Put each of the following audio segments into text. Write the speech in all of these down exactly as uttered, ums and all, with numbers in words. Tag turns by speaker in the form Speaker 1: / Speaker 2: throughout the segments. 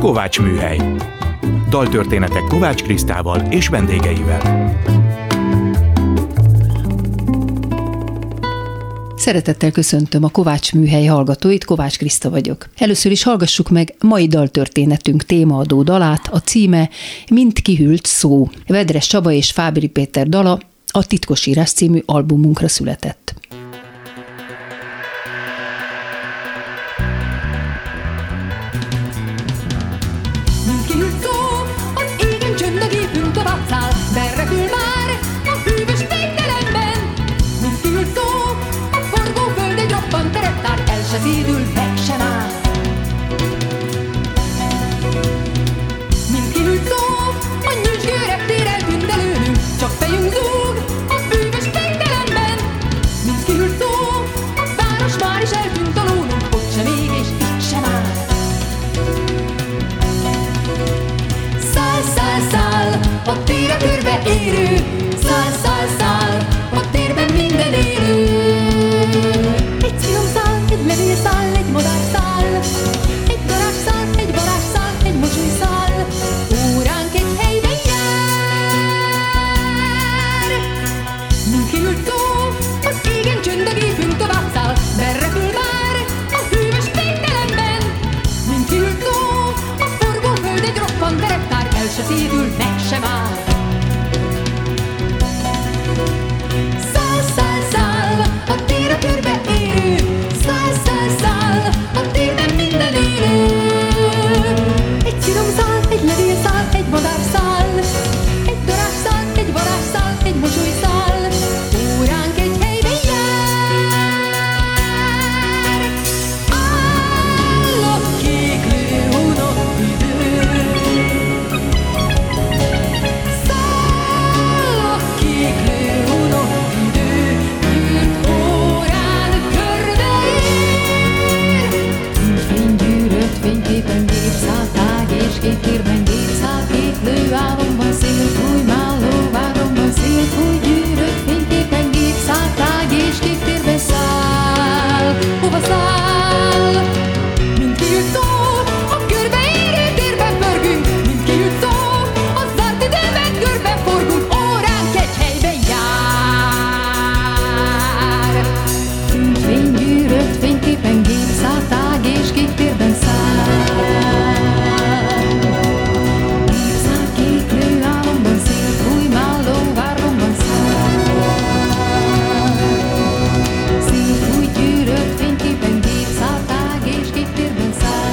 Speaker 1: Kovács Műhely. Daltörténetek Kovács Krisztával és vendégeivel.
Speaker 2: Szeretettel köszöntöm a Kovács Műhely hallgatóit, Kovács Kriszta vagyok. Először is hallgassuk meg mai daltörténetünk témaadó dalát, a címe Mint kihűlt szó. Vedres Csaba és Fábri Péter dala a Titkosírás című albumunkra született.
Speaker 3: Mint kihűlt szó, az égen csöndögi fünt a vacál, berrepül már a hűvös végtelenben. Mint kihűlt szó, a forgó föld egy roppant teret tár, el se szédül, meg sem áll. Mint kihűlt szó, a nyüzsgő reptér eltűnt előlünk, csak fejünk zúg a hűvös végtelenben. Mint kihűlt szó, a város már is eltűnt alólunk, ott sem ég és itt sem áll. Száll, száll, száll, a térre körbe érő, száll, száll, száll, a térben minden élő. Egy cirom száll, egy levél száll, egy madár száll, egy darázs száll, egy varázs száll, egy mosoly száll, óránk egy helyben jár. Mint kihűlt szó, az égen csöndögi fünt tovább száll, berrepül már a hűvös végtelenben. Mint kihűlt szó, a forgó föld egy roppant tereptár, el se szédül, meg sem áll. Száll, száll, száll, a térre körbe érő, száll, száll, száll, a térben minden élő. Egy cirom száll, egy levél száll, egy madár száll, egy darázs száll, egy varázs száll, egy mosoly száll, óránk egy helyben jár. Áll a kéklő hónap idő, száll a kéklő hónap idő, nyílt órán körbeér. Mint fénygyűrött fényképen gépszállt tág, és két térben gépszállt, kéklő álomban szél fúj, málló váromban szél fúj, gyűrött fényképen gépszállt tág, és két térben száll. Hova száll? Mint kihűlt szó, a körbeérő térben pörgünk, mint kihűlt szó, a zárt időben körben forgunk, óránk egy helyben jár. Mint fénygyűrött fényképen gépszállt tág, és két térben száll. Gépszállt kéklő álomban szél fúj, málló váromban száll. Szél fúj, gyűrött fényképen gépszállt tág, és két térben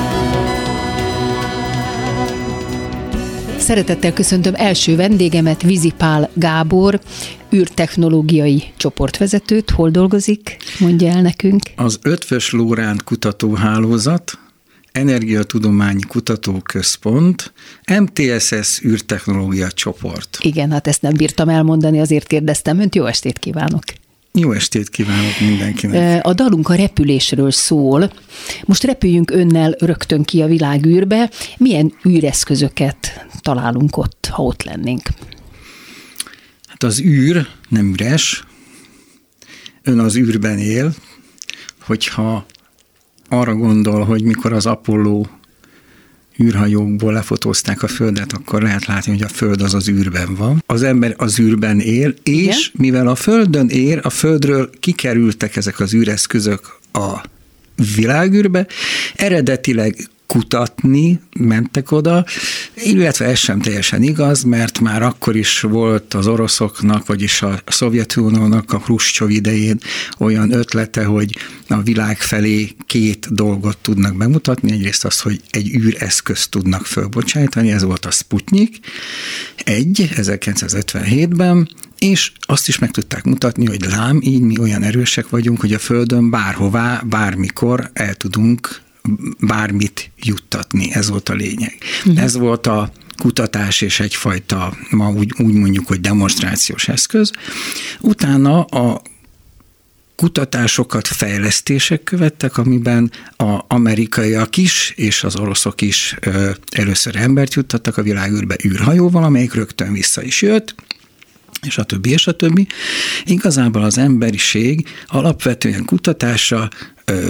Speaker 3: száll.
Speaker 2: Szeretettel köszöntöm első vendégemet, Vizi Pál Gábor, űrtechnológiai csoportvezetőt. Hol dolgozik? Mondja el nekünk.
Speaker 4: Az Eötvös Loránd Kutatóhálózat, Energiatudományi Kutatóközpont, em té es es űrtechnológia csoport.
Speaker 2: Igen, hát ezt nem bírtam elmondani, azért kérdeztem önt. Jó estét kívánok!
Speaker 4: Jó estét kívánok mindenkinek!
Speaker 2: A dalunk a repülésről szól. Most repüljünk önnel rögtön ki a világűrbe. Milyen űreszközöket találunk ott, ha ott lennénk?
Speaker 4: Hát az űr nem üres, ön az űrben él, hogyha arra gondol, hogy mikor az Apollo űrhajókból lefotózták a Földet, akkor lehet látni, hogy a Föld az az űrben van. Az ember az űrben él, és igen? Mivel a Földön él, a Földről kikerültek ezek az űreszközök a világűrbe, eredetileg kutatni mentek oda, illetve ez sem teljesen igaz, mert már akkor is volt az oroszoknak, vagyis a Szovjetuniónak a Hruscsov idején olyan ötlete, hogy a világ felé két dolgot tudnak bemutatni. Egyrészt az, hogy egy űreszközt tudnak fölbocsájtani, ez volt a Sputnik egy, ezerkilencszázötvenhétben, és azt is meg tudták mutatni, hogy lám, így mi olyan erősek vagyunk, hogy a Földön bárhová, bármikor el tudunk bármit juttatni. Ez volt a lényeg. Uh-huh. Ez volt a kutatás és egyfajta, ma úgy, úgy mondjuk, hogy demonstrációs eszköz. Utána a kutatásokat, fejlesztések követtek, amiben az amerikaiak is és az oroszok is ö, először embert juttattak a világűrbe űrhajóval, amelyik rögtön vissza is jött, és a többi, és a többi. Igazából az emberiség alapvetően kutatása ö,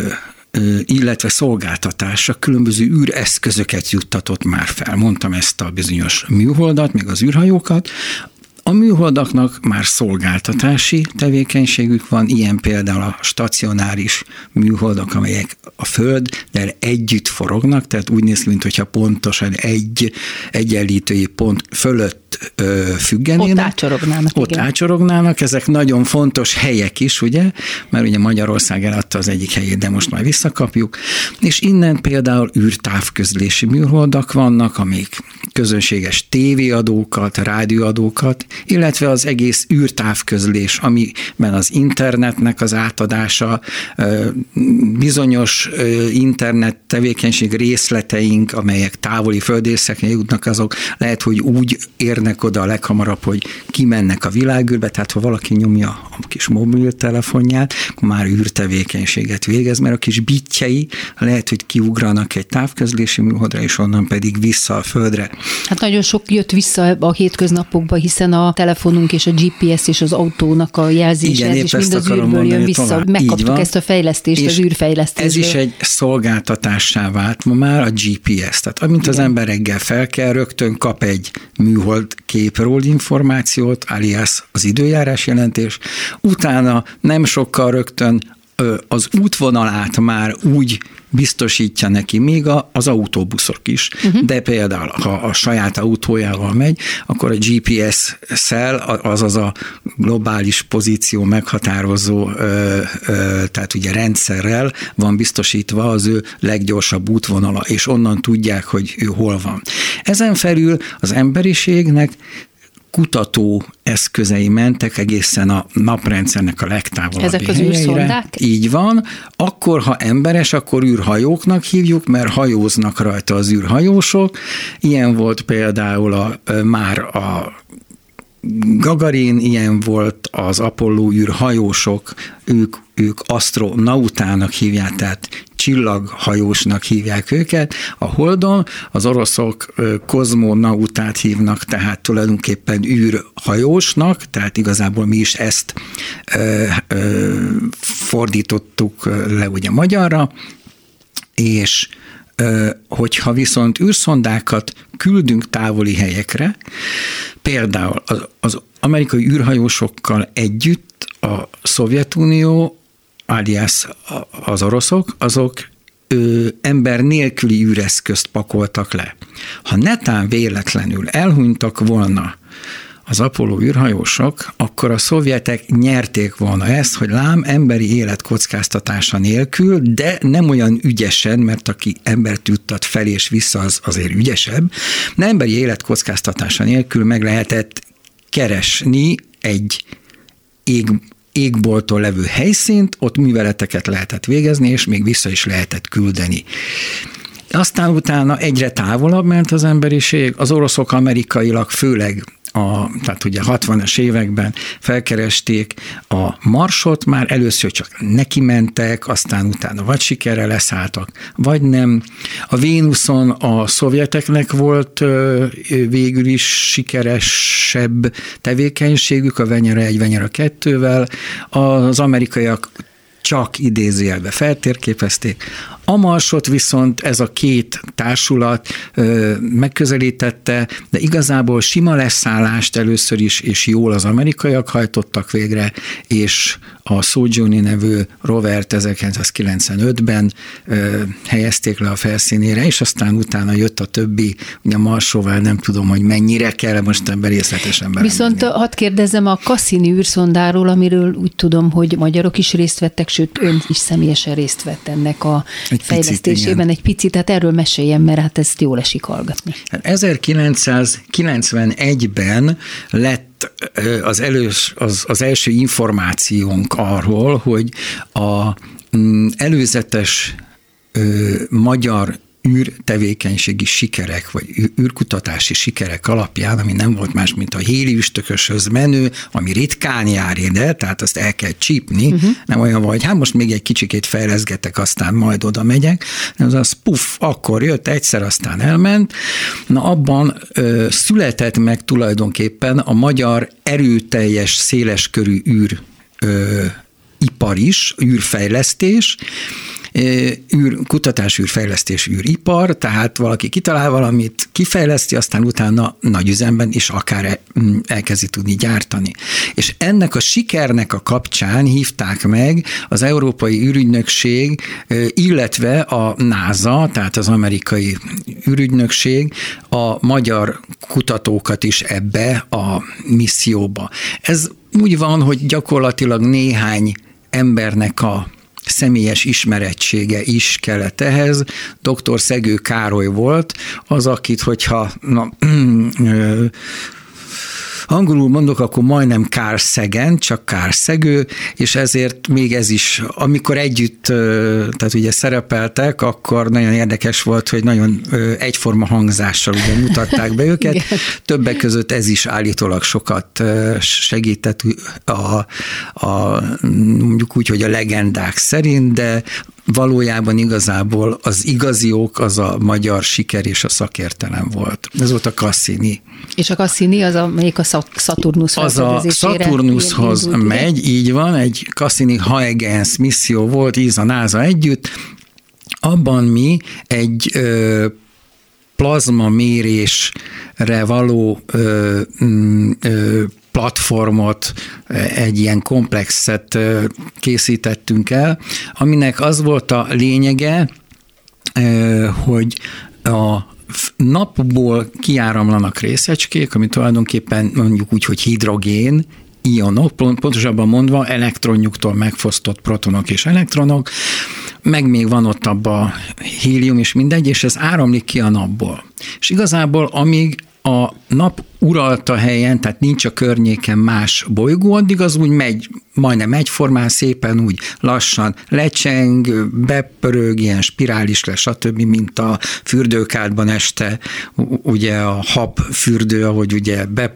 Speaker 4: illetve szolgáltatása különböző űreszközöket juttatott már fel. Mondtam ezt a bizonyos műholdat, meg az űrhajókat. A műholdaknak már szolgáltatási tevékenységük van, ilyen például a stacionáris műholdak, amelyek a Földdel együtt forognak, tehát úgy néz ki, mintha pontosan egy egyenlítői pont fölött ö, függenének.
Speaker 2: Ott átcsorognának.
Speaker 4: Ott igen. átcsorognának, ezek nagyon fontos helyek is, ugye, mert ugye Magyarország eladta az egyik helyét, de most már visszakapjuk, és innen például űrtávközlési műholdak vannak, amik közönséges tévéadókat, rádióadókat, illetve az egész űrtávközlés, amiben az internetnek az átadása, bizonyos internet tevékenység részleteink, amelyek távoli földrészekre jutnak, azok lehet, hogy úgy érnek oda a leghamarabb, hogy kimennek a világűrbe, tehát ha valaki nyomja a kis mobiltelefonját, akkor már űrtevékenységet végez, mert a kis bitjei lehet, hogy kiugranak egy távközlési műholdra, és onnan pedig vissza a Földre.
Speaker 2: Hát nagyon sok jött vissza a hétköznapokban, hiszen a telefonunk és a gé pé es és az autónak a jelzése, ez is mind az űrből jön vissza. Tovább. Megkaptuk ezt a fejlesztést, az űrfejlesztésből.
Speaker 4: Ez is egy szolgáltatássá vált ma már a gé pé es. Tehát amint igen. az ember reggel fel kell, rögtön kap egy műhold képről információt, alias az időjárás jelentés. Utána nem sokkal rögtön az útvonalát már úgy biztosítja neki, még az autóbuszok is, uh-huh. de például, ha a saját autójával megy, akkor a gé pé es-szel, azaz a globális pozíció meghatározó, tehát ugye rendszerrel van biztosítva az ő leggyorsabb útvonala, és onnan tudják, hogy ő hol van. Ezen felül az emberiségnek kutató eszközei mentek egészen a naprendszernek a legtávolabbi
Speaker 2: Ezek az
Speaker 4: helyeire.
Speaker 2: űrszondák?
Speaker 4: Így van. Akkor, ha emberes, akkor űrhajóknak hívjuk, mert hajóznak rajta az űrhajósok. Ilyen volt például a, már a Gagarin, ilyen volt az Apollo űrhajósok, ők, ők astronautának hívják, tehát csillaghajósnak hívják őket. A Holdon az oroszok kozmonautát hívnak, tehát tulajdonképpen űrhajósnak, tehát igazából mi is ezt ö, ö, fordítottuk le ugye magyarra, és hogyha viszont űrszondákat küldünk távoli helyekre, például az, az amerikai űrhajósokkal együtt a Szovjetunió, alias az oroszok, azok ö, ember nélküli űreszközt pakoltak le. Ha netán véletlenül elhunytak volna az Apollo űrhajósok, akkor a szovjetek nyerték volna ezt, hogy lám emberi élet kockáztatása nélkül, de nem olyan ügyesen, mert aki embert juttat fel és vissza, az azért ügyesebb, de emberi élet kockáztatása nélkül meg lehetett keresni egy ég, égbolttól levő helyszínt, ott műveleteket lehetett végezni, és még vissza is lehetett küldeni. Aztán utána egyre távolabb ment az emberiség, az oroszok amerikailag főleg A, tehát ugye hatvanas években felkeresték a Marsot, már először csak neki mentek, aztán utána vagy sikerrel leszálltak, vagy nem. A Vénuszon a szovjeteknek volt végül is sikeresebb tevékenységük, a Venyera egy, Venyera kettővel, az amerikaiak csak idézőjelbe feltérképezték. A Marsot viszont ez a két társulat ö, megközelítette, de igazából sima leszállást először is, és jól az amerikaiak hajtottak végre, és a Sojourner nevű rovert ezerkilencszázkilencvenötben ö, helyezték le a felszínére, és aztán utána jött a többi, ugye a Marsóval nem tudom, hogy mennyire kell, most ebben részletesen belemenni.
Speaker 2: Viszont hadd kérdezzem a Cassini űrszondáról, amiről úgy tudom, hogy magyarok is részt vettek, sőt ön is személyesen részt vett ennek a egy fejlesztésében picit, egy picit, tehát erről meséljen, mert hát ezt jól esik hallgatni.
Speaker 4: ezerkilencszázkilencvenegyben lett az, elős, az, az első információnk arról, hogy a előzetes ö, magyar űrtevékenységi sikerek, vagy űrkutatási sikerek alapján, ami nem volt más, mint a héli üstököshöz menő, ami ritkán jár ide, tehát azt el kell csípni, uh-huh. nem olyan vagy, hát most még egy kicsikét fejleszgetek, aztán majd oda megyek, az az puff, akkor jött, egyszer aztán elment. Na abban ö, született meg tulajdonképpen a magyar erőteljes, széleskörű űr ö, ipar is, űrfejlesztés, űr, kutatás, űrfejlesztés, űripar, tehát valaki kitalál valamit, kifejleszti, aztán utána nagy üzemben is akár elkezdi tudni gyártani. És ennek a sikernek a kapcsán hívták meg az Európai űrügynökség, illetve a NASA, tehát az amerikai űrügynökség a magyar kutatókat is ebbe a misszióba. Ez úgy van, hogy gyakorlatilag néhány embernek a személyes ismerettsége is kellett ehhez. doktor Szegő Károly volt az, akit, hogyha na, angolul mondok, akkor majdnem Carl Sagan, csak Carl Szegő, és ezért még ez is, amikor együtt, tehát ugye szerepeltek, akkor nagyon érdekes volt, hogy nagyon egyforma hangzással ugye mutatták be őket. Többek között ez is állítólag sokat segített a, a mondjuk úgy, hogy a legendák szerint, de valójában igazából az igazi ok az a magyar siker és a szakértelem volt. Ez volt a Cassini.
Speaker 2: És a Cassini az, amelyik a Saturnus
Speaker 4: Az a Saturnushoz megy, így van, egy Cassini-Huygens misszió volt, íza-náza együtt. Abban mi egy ö, plazma mérésre való ö, ö, platformot, egy ilyen komplexet készítettünk el, aminek az volt a lényege, hogy a napból kiáramlanak részecskék, ami tulajdonképpen mondjuk úgy, hogy hidrogén, ionok, pontosabban mondva elektronjuktól megfosztott protonok és elektronok, meg még van ott abban hélium és mindegy, és ez áramlik ki a napból. És igazából amíg a nap uralta helyen, tehát nincs a környéken más bolygó, addig az úgy megy, majdnem egyformán, szépen úgy lassan lecseng, bepörög, ilyen spirális lesz, stb., mint a fürdőkádban este, ugye a hab fürdő, ahogy ugye be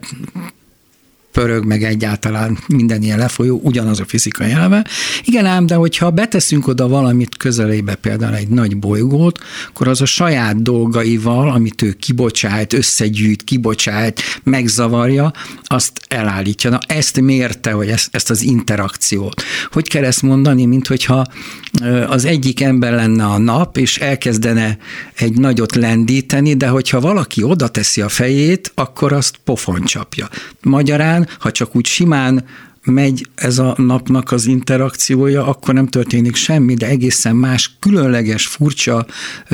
Speaker 4: pörög, meg egyáltalán minden ilyen lefolyó, ugyanaz a fizikai elve. Igen ám, de hogyha beteszünk oda valamit közelébe, például egy nagy bolygót, akkor az a saját dolgaival, amit ő kibocsát, összegyűjt, kibocsát, megzavarja, azt elállítja. Na, ezt mérte, hogy ezt, ezt az interakciót. Hogy kell ezt mondani, mint hogyha az egyik ember lenne a nap, és elkezdene egy nagyot lendíteni, de hogyha valaki oda teszi a fejét, akkor azt pofon csapja. Magyarán, ha csak úgy simán megy ez a napnak az interakciója, akkor nem történik semmi, de egészen más, különleges, furcsa,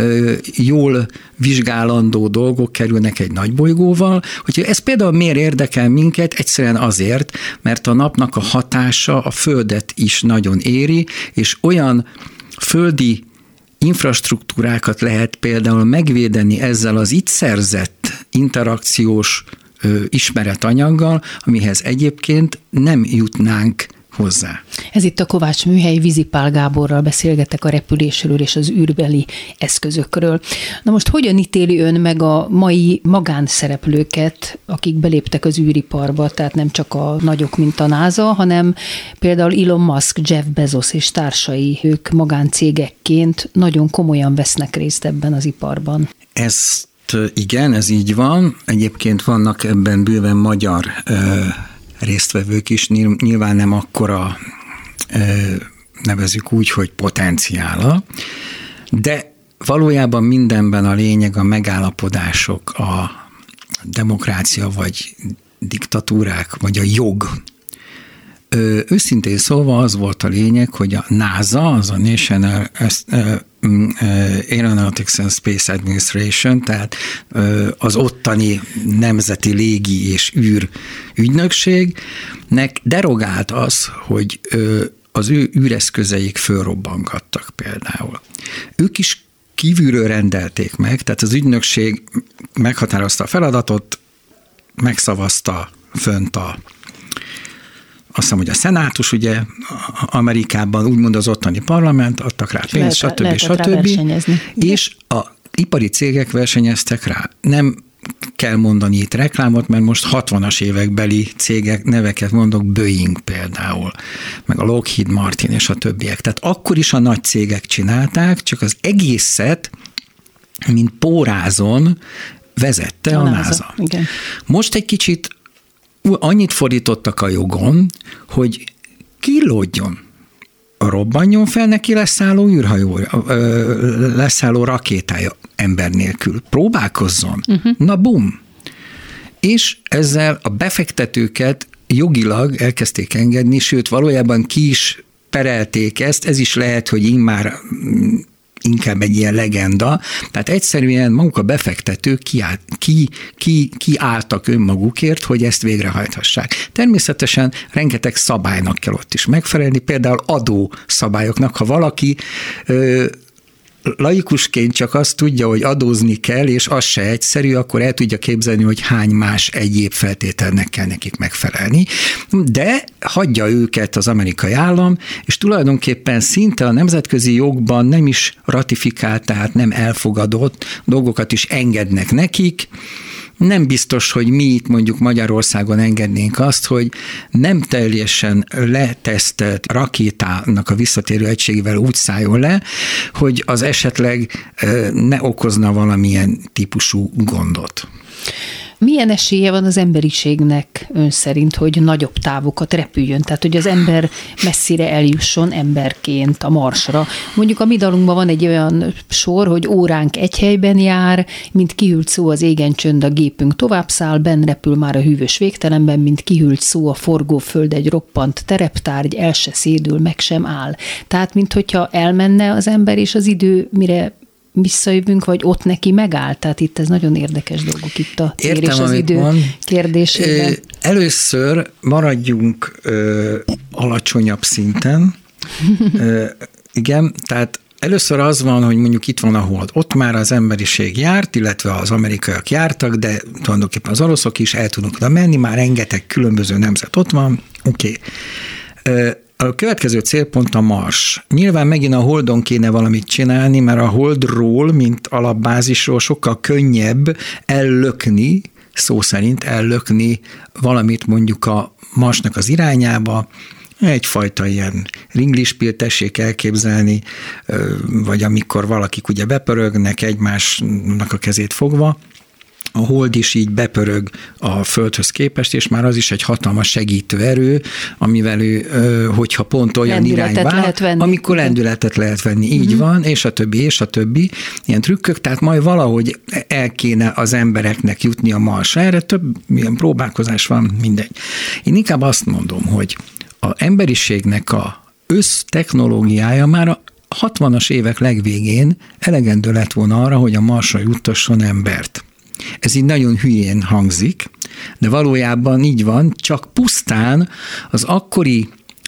Speaker 4: jól vizsgálandó dolgok kerülnek egy nagy bolygóval. Hogyha ez például miért érdekel minket? Egyszerűen azért, mert a napnak a hatása a Földet is nagyon éri, és olyan földi infrastruktúrákat lehet például megvédeni ezzel az itt szerzett interakciós ismeretanyaggal, amihez egyébként nem jutnánk hozzá.
Speaker 2: Ez itt a Kovács Műhely, Vizi Pál Gáborral beszélgetek a repülésről és az űrbeli eszközökről. Na most hogyan ítéli ön meg a mai magánszereplőket, akik beléptek az űriparba, tehát nem csak a nagyok, mint a NASA, hanem például Elon Musk, Jeff Bezos és társai, ők magáncégekként nagyon komolyan vesznek részt ebben az iparban.
Speaker 4: Ez igen, ez így van. Egyébként vannak ebben bőven magyar ö, résztvevők is, nyilván nem akkora, ö, nevezzük úgy, hogy potenciála, de valójában mindenben a lényeg a megállapodások, a demokrácia vagy diktatúrák, vagy a jog. Ö, őszintén szólva az volt a lényeg, hogy a NASA, az a National Aeronautics and Space Administration, tehát az ottani nemzeti légi és űr ügynökségnek derogált az, hogy az ő űreszközeik fölrobbangattak például. Ők is kívülről rendelték meg, tehát az ügynökség meghatározta a feladatot, megszavazta fönt a azt hiszem, hogy a szenátus, ugye Amerikában úgymond az ottani parlament, adtak rá pénzt, stb. stb. És a ipari cégek versenyeztek rá. Nem kell mondani itt reklámot, mert most hatvanas évekbeli cégek neveket mondok, Boeing például, meg a Lockheed Martin és a többiek. Tehát akkor is a nagy cégek csinálták, csak az egészet, mint pórázon vezette a, a NASA. NASA.
Speaker 2: Igen.
Speaker 4: Most egy kicsit annyit fordítottak a jogon, hogy kilódjon robbanjon fel neki leszálló űrhajó, leszálló rakétája ember nélkül. Próbálkozzon. Uh-huh. Na bum! És ezzel a befektetőket jogilag elkezdték engedni, sőt valójában ki is perelték ezt, ez is lehet, hogy immár inkább egy ilyen legenda, tehát egyszerűen maguk a befektetők kiállt, ki, ki, kiálltak önmagukért, hogy ezt végrehajthassák. Természetesen rengeteg szabálynak kell ott is megfelelni, például adó szabályoknak, ha valaki ö, laikusként csak azt tudja, hogy adózni kell, és az se egyszerű, akkor el tudja képzelni, hogy hány más egyéb feltételnek kell nekik megfelelni. De hagyja őket az amerikai állam, és tulajdonképpen szinte a nemzetközi jogban nem is ratifikált, tehát nem elfogadott dolgokat is engednek nekik. Nem biztos, hogy mi itt mondjuk Magyarországon engednénk azt, hogy nem teljesen letesztelt rakétának a visszatérő egységével úgy szálljon le, hogy az esetleg ne okozna valamilyen típusú gondot.
Speaker 2: Milyen esélye van az emberiségnek ön szerint, hogy nagyobb távokat repüljön? Tehát, hogy az ember messzire eljusson emberként a Marsra. Mondjuk a mi dalunkban van egy olyan sor, hogy óránk egy helyben jár, mint kihűlt szó az égen csönd, a gépünk tovább száll, benn repül már a hűvös végtelenben, mint kihűlt szó a forgó föld egy roppant tereptárgy, el se szédül, meg sem áll. Tehát, minthogyha elmenne az ember és az idő, mire visszajövünk, vagy ott neki megáll? Tehát itt ez nagyon érdekes dolgok itt a tér és az idő mond. kérdésében.
Speaker 4: Először maradjunk ö, alacsonyabb szinten. ö, igen, tehát először az van, hogy mondjuk itt van a hold. Ott már az emberiség járt, illetve az amerikaiak jártak, de tulajdonképpen az oroszok is el tudnak oda menni, már rengeteg különböző nemzet ott van. Oké. Okay. A következő célpont a Mars. Nyilván megint a Holdon kéne valamit csinálni, mert a Holdról, mint alapbázisról sokkal könnyebb ellökni, szó szerint ellökni valamit mondjuk a Marsnak az irányába, egyfajta ilyen ringlispírt tessék elképzelni, vagy amikor valakik ugye bepörögnek egymásnak a kezét fogva, a hold is így bepörög a Földhöz képest, és már az is egy hatalmas segítő erő, amivel ő, hogyha pont olyan irányba, amikor lendületet lehet venni, így uh-huh. van, és a többi, és a többi, ilyen trükkök, tehát majd valahogy el kéne az embereknek jutni a Marsra. Erre több ilyen próbálkozás van, mindegy. Én inkább azt mondom, hogy az emberiségnek a össztechnológiája már a hatvanas évek legvégén elegendő lett volna arra, hogy a Marsra juttasson embert. Ez így nagyon hülyén hangzik, de valójában így van, csak pusztán az akkori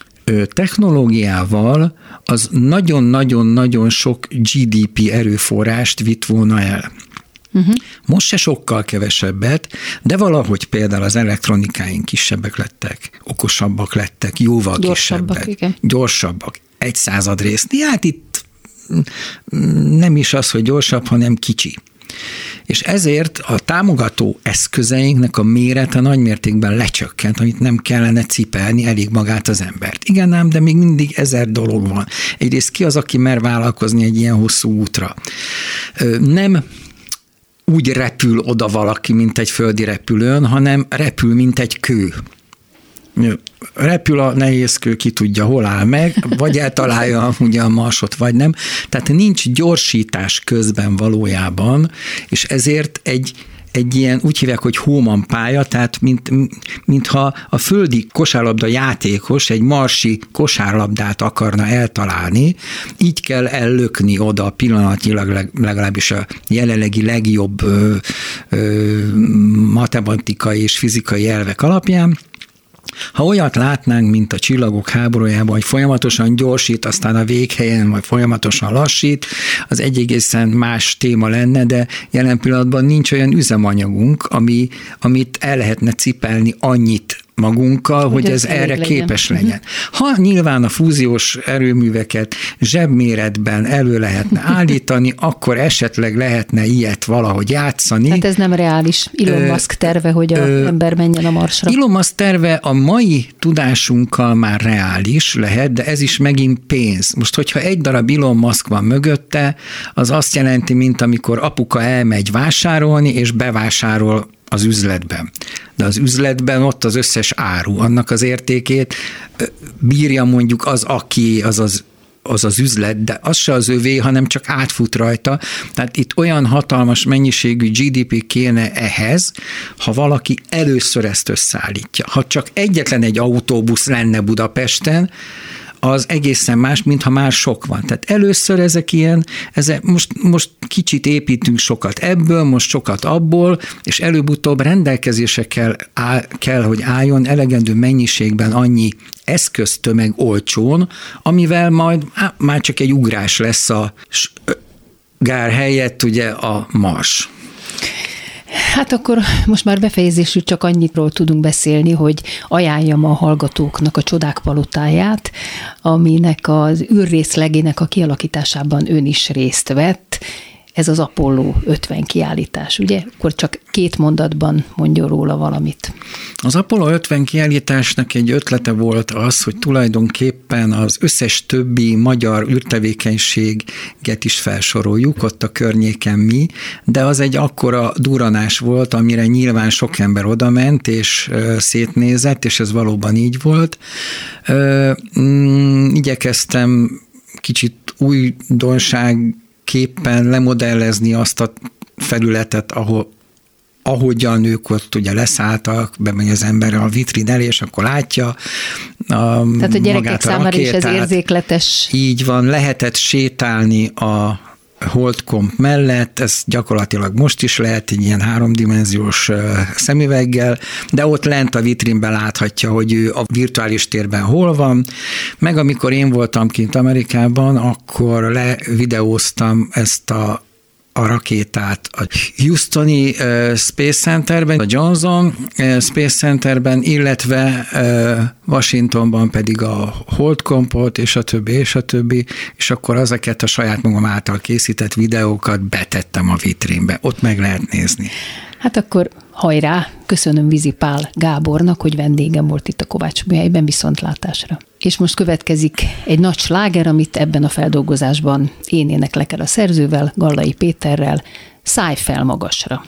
Speaker 4: technológiával az nagyon-nagyon-nagyon sok gé dé pé erőforrást vitt volna el. Uh-huh. Most se sokkal kevesebbet, de valahogy például az elektronikáink kisebbek lettek, okosabbak lettek, jóval gyorsabbak, kisebbek, igen. gyorsabbak, egy század részt. Hát itt nem is az, hogy gyorsabb, hanem kicsi. És ezért a támogató eszközeinknek a mérete nagymértékben lecsökkent, amit nem kellene cipelni, elég magát az embert. Igen ám, de még mindig ezer dolog van. Egyrészt ki az, aki mer vállalkozni egy ilyen hosszú útra? Nem úgy repül oda valaki, mint egy földi repülőn, hanem repül, mint egy kő. Repül a nehézkő, ki tudja, hol áll meg, vagy eltalálja ugye a Marsot, vagy nem. Tehát nincs gyorsítás közben valójában, és ezért egy, egy ilyen, úgy hívják, hogy Hohmann pálya, tehát mint, mintha a földi kosárlabda játékos egy marsi kosárlabdát akarna eltalálni, így kell ellökni oda pillanatnyilag legalábbis a jelenlegi legjobb ö, ö, matematikai és fizikai elvek alapján. Ha olyat látnánk, mint a Csillagok háborújában, hogy folyamatosan gyorsít, aztán a véghelyen, vagy folyamatosan lassít, az egy egészen más téma lenne, de jelen pillanatban nincs olyan üzemanyagunk, ami, amit el lehetne cipelni annyit magunkkal, hogy, hogy ez erre legyen. képes legyen. Ha nyilván a fúziós erőműveket zsebméretben elő lehetne állítani, akkor esetleg lehetne ilyet valahogy játszani.
Speaker 2: Hát ez nem reális. Elon Musk terve, hogy az ember menjen a Marsra.
Speaker 4: Elon Musk terve a mai tudásunkkal már reális lehet, de ez is megint pénz. Most, hogyha egy darab Elon Musk van mögötte, az azt jelenti, mint amikor apuka elmegy vásárolni, és bevásárol az üzletben. De az üzletben ott az összes áru, annak az értékét bírja mondjuk az, aki, az az az az üzlet, de az se az övé, hanem csak átfut rajta. Tehát itt olyan hatalmas mennyiségű gé dé pé kéne ehhez, ha valaki először ezt összeállítja. Ha csak egyetlen egy autóbusz lenne Budapesten, az egészen más, mintha már sok van. Tehát először ezek ilyen, ezek most, most kicsit építünk sokat ebből, most sokat abból, és előbb-utóbb rendelkezésre kell, áll, kell, hogy álljon elegendő mennyiségben annyi eszköztömeg olcsón, amivel majd á, már csak egy ugrás lesz a gár helyett ugye a Mars.
Speaker 2: Hát akkor most már befejezésül csak annyiról tudunk beszélni, hogy ajánljam a hallgatóknak a Csodák palotáját, aminek az űrrészlegének a kialakításában ön is részt vett. Ez az Apollo ötven kiállítás, ugye? Akkor csak két mondatban mondjon róla valamit.
Speaker 4: Az Apollo ötven kiállításnak egy ötlete volt az, hogy tulajdonképpen az összes többi magyar űrtevékenységet is felsoroljuk, ott a környéken mi, de az egy akkora duranás volt, amire nyilván sok ember odament és szétnézett, és ez valóban így volt. Igyekeztem kicsit újdonság képpen lemodellezni azt a felületet, ahol, ahogyan ők ott ugye leszálltak, bemegy az ember a vitrin elé, és akkor látja a,
Speaker 2: Tehát a gyerekek
Speaker 4: a
Speaker 2: számára is ez
Speaker 4: rakétát.
Speaker 2: Érzékletes.
Speaker 4: Így van, lehetett sétálni a holdkomp mellett, ez gyakorlatilag most is lehet egy ilyen háromdimenziós szemüveggel, de ott lent a vitrinben láthatja, hogy ő a virtuális térben hol van, meg amikor én voltam kint Amerikában, akkor levideóztam ezt a a rakétát a Houstoni uh, Space Centerben, a Johnson uh, Space Centerben, illetve uh, Washingtonban pedig a Holdkompot, és a többi, és a többi, és akkor ezeket a saját magam által készített videókat betettem a vitrínbe. Ott meg lehet nézni.
Speaker 2: Hát akkor hajrá! Köszönöm Vizi Pál Gábornak, hogy vendégem volt itt a Kovács műhelyben, viszontlátásra. És most következik egy nagy sláger, amit ebben a feldolgozásban én éneklek el a szerzővel, Gallai Péterrel, Szállj fel magasra!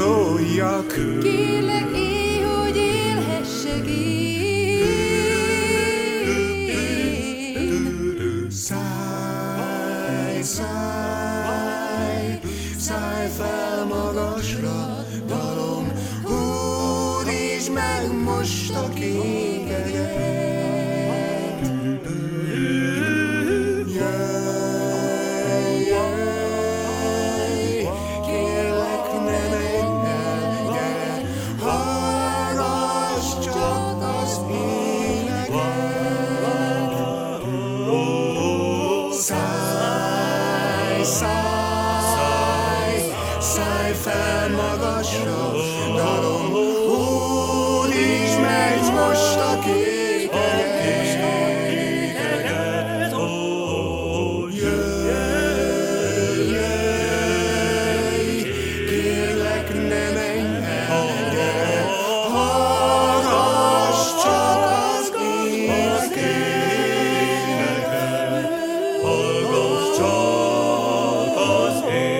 Speaker 5: szóljak.
Speaker 3: Kérlek, élj, hogy élhessek én.
Speaker 5: Szállj, szállj, szállj fel magasra, dalom, hódítsd meg most a kékeket. Fel magasra, dalom, hódítsd meg most a kékeket. Ó, jöjj, jöjj, kérlek, ne menj el, gyere, hallgass csak az éneket, hallgass csak az éneket.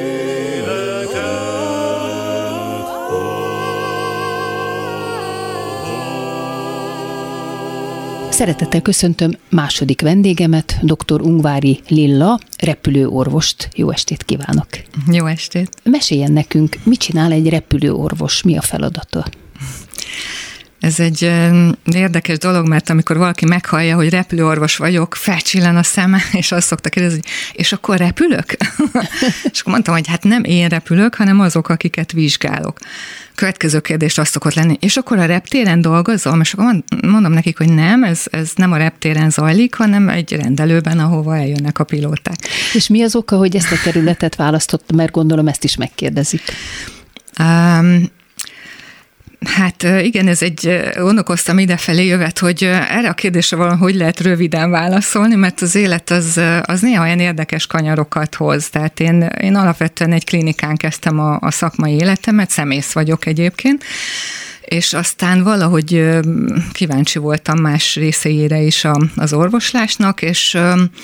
Speaker 2: Szeretettel köszöntöm második vendégemet, dr. Ungvári Lilla, repülőorvost. Jó estét kívánok!
Speaker 6: Jó estét!
Speaker 2: Meséljen nekünk, mit csinál egy repülőorvos, mi a feladata?
Speaker 6: Ez egy érdekes dolog, mert amikor valaki meghallja, hogy repülőorvos vagyok, felcsillan a szeme, és azt szokta kérdezni, hogy és akkor repülök? És akkor mondtam, hogy hát nem én repülök, hanem azok, akiket vizsgálok. Következő kérdés az szokott lenni, és akkor a reptéren dolgozom? És akkor mondom nekik, hogy nem, ez, ez nem a reptéren zajlik, hanem egy rendelőben, ahova eljönnek a pilóták.
Speaker 2: És mi az oka, hogy ezt a területet választott, mert gondolom ezt is megkérdezik?
Speaker 6: Um, Hát igen, ez egy, gondolkoztam idefelé jövet, hogy erre a kérdésre valahogy lehet röviden válaszolni, mert az élet az, az néha olyan érdekes kanyarokat hoz. Tehát én, én alapvetően egy klinikán kezdtem a, a szakmai életemet, szemész vagyok egyébként, és aztán valahogy kíváncsi voltam más részeire is az orvoslásnak, és